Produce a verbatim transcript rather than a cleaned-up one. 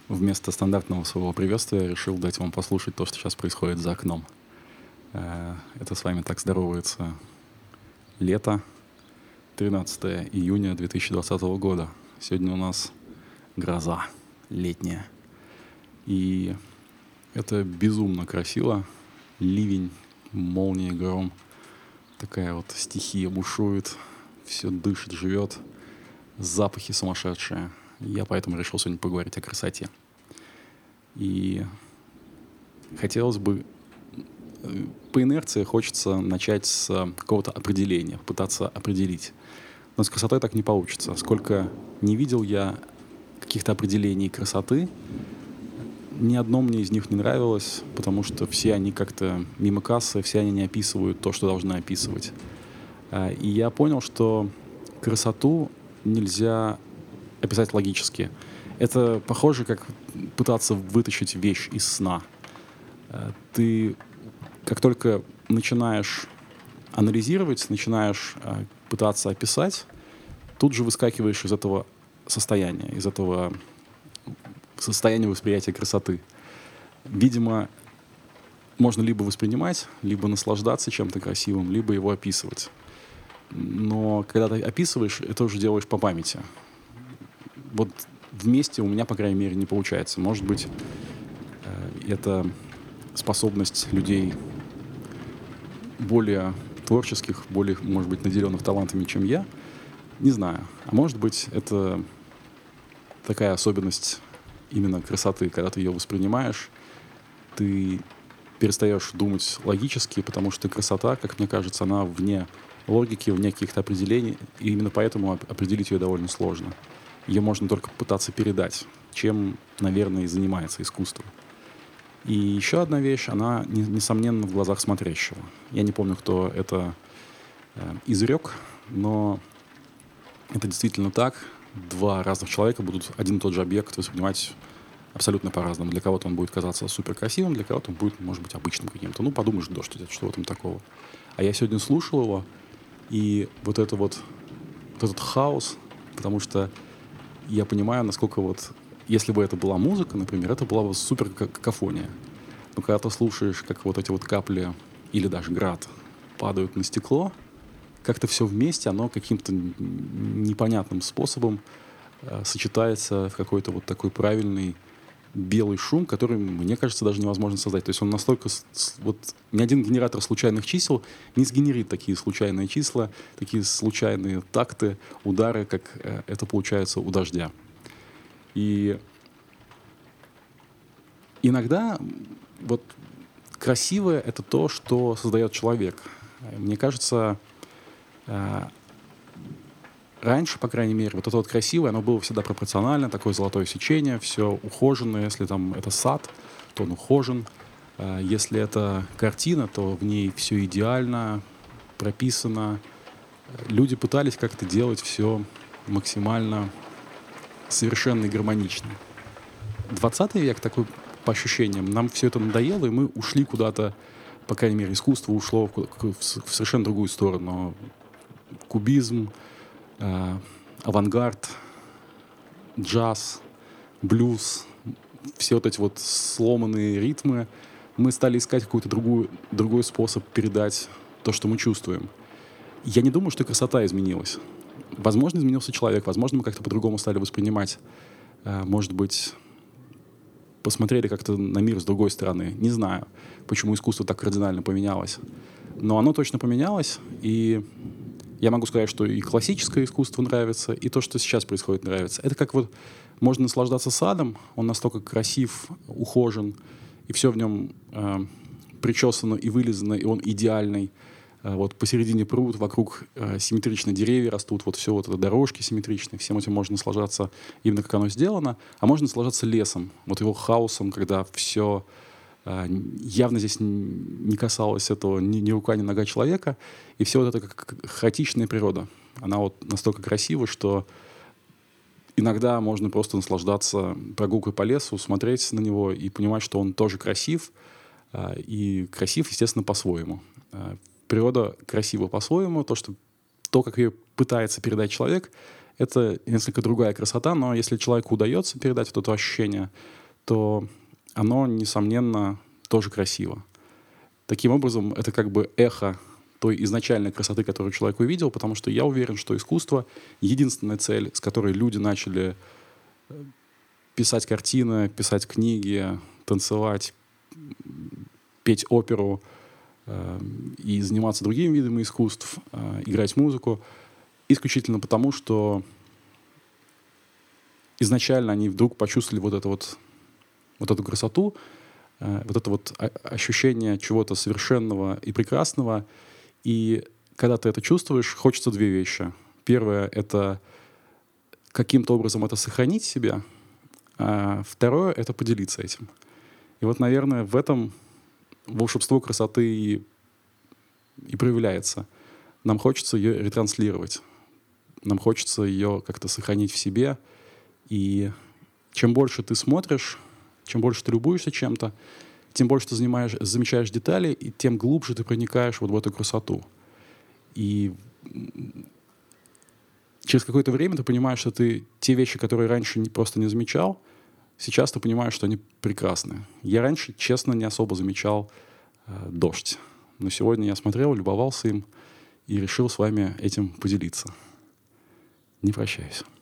Вместо стандартного своего приветствия решил дать вам послушать то, что сейчас происходит за окном. Э, Это с вами так здоровается лето, тринадцатое июня две тысячи двадцатого года. Сегодня у нас гроза летняя. И это безумно красиво. Ливень, молния, гром. Такая вот стихия бушует, все дышит, живет. Запахи сумасшедшие. Я поэтому решил сегодня поговорить о красоте. И хотелось бы, э, по инерции хочется начать с какого-то определения, пытаться определить. Но с красотой так не получится. Сколько не видел я каких-то определений красоты, ни одно мне из них не нравилось, потому что все они как-то мимо кассы, все они не описывают то, что должны описывать. А, И я понял, что красоту нельзя описать логически. Это похоже, как пытаться вытащить вещь из сна. Э, Ты, как только начинаешь анализировать, начинаешь э, пытаться описать, тут же выскакиваешь из этого состояния, из этого состояния восприятия красоты. Видимо, можно либо воспринимать, либо наслаждаться чем-то красивым, либо его описывать. Но когда ты описываешь, это уже делаешь по памяти. Вот вместе у меня, по крайней мере, не получается. Может быть, э, это способность людей более творческих, более, может быть, наделенных талантами, чем я. Не знаю. А может быть, это такая особенность именно красоты. Когда ты ее воспринимаешь, ты перестаешь думать логически, потому что красота, как мне кажется, она вне логики, вне каких-то определений. И именно поэтому оп- определить ее довольно сложно. Ее можно только пытаться передать, чем, наверное, и занимается искусство. И еще одна вещь, она, не- несомненно, в глазах смотрящего. Я не помню, кто это э, изрек, но это действительно так. Два разных человека будут один и тот же объект воспринимать абсолютно по-разному. Для кого-то он будет казаться супер красивым, для кого-то он будет, может быть, обычным каким-то. Ну, подумаешь, дождь идет, что в этом такого. А я сегодня слушал его, и вот это вот, вот этот хаос, потому что я понимаю, насколько вот, если бы это была музыка, например, это была бы супер ка- какофония. Но когда ты слушаешь, как вот эти вот капли или даже град падают на стекло, как-то все вместе, оно каким-то н- непонятным способом э, сочетается в какой-то вот такой правильный белый шум, который, мне кажется, даже невозможно создать. То есть он настолько... с- с- вот ни один генератор случайных чисел не сгенерит такие случайные числа, такие случайные такты, удары, как э, это получается у дождя. И иногда м, вот красивое — это то, что создает человек. Э, Мне кажется, э, раньше, по крайней мере, вот это вот красивое, оно было всегда пропорционально, такое золотое сечение, все ухоженное. Если там это сад, то он ухожен. А Если это картина, то в ней все идеально, прописано. Э, Люди пытались как-то делать все максимально совершенно и гармонично. Двадцатый век такой, по ощущениям, нам все это надоело, и мы ушли куда-то, по крайней мере, искусство ушло в ку- в с- в совершенно другую сторону. Кубизм, э, авангард, джаз, блюз, все вот эти вот сломанные ритмы. Мы стали искать какой-то другую, другой способ передать то, что мы чувствуем. Я не думаю, что красота изменилась. Возможно, изменился человек, возможно, мы как-то по-другому стали воспринимать. э, Может быть, посмотрели как-то на мир с другой стороны. Не знаю, почему искусство так кардинально поменялось. Но оно точно поменялось, и я могу сказать, что и классическое искусство нравится, и то, что сейчас происходит, нравится. Это как вот можно наслаждаться садом, он настолько красив, ухожен, и все в нем э, причесано и вылизано, и он идеальный. Э, вот посередине пруд, вокруг э, симметричные деревья растут, вот все вот это дорожки симметричные, всем этим можно наслаждаться именно как оно сделано, а можно наслаждаться лесом, вот его хаосом, когда все а, явно здесь н- не касалось этого ни, ни рука, ни нога человека. И все вот это как как хаотичная природа. Она вот настолько красива, что иногда можно просто наслаждаться прогулкой по лесу, смотреть на него и понимать, что он тоже красив. а, И красив, естественно, по-своему. А, Природа красива по-своему. То, что, то, как ее пытается передать человек, это несколько другая красота. Но если человеку удается передать вот это ощущение, что оно, несомненно, тоже красиво. Таким образом, это как бы эхо той изначальной красоты, которую человек увидел, потому что я уверен, что искусство — единственная цель, с которой люди начали писать картины, писать книги, танцевать, петь оперу э, и заниматься другими видами искусств, э, играть музыку, исключительно потому, что изначально они вдруг почувствовали вот, это вот, вот эту красоту, э, вот это вот ощущение чего-то совершенного и прекрасного. И когда ты это чувствуешь, хочется две вещи. Первое — это каким-то образом это сохранить в себе, а второе — это поделиться этим. И вот, наверное, в этом волшебство красоты и, и проявляется. Нам хочется ее ретранслировать. Нам хочется ее как-то сохранить в себе. И чем больше ты смотришь, чем больше ты любуешься чем-то, тем больше ты занимаешь, замечаешь детали, и тем глубже ты проникаешь вот в эту красоту. И через какое-то время ты понимаешь, что ты те вещи, которые раньше не, просто не замечал, сейчас ты понимаешь, что они прекрасны. Я раньше, честно, не особо замечал э, дождь. Но сегодня я смотрел, любовался им и решил с вами этим поделиться. Не прощаюсь.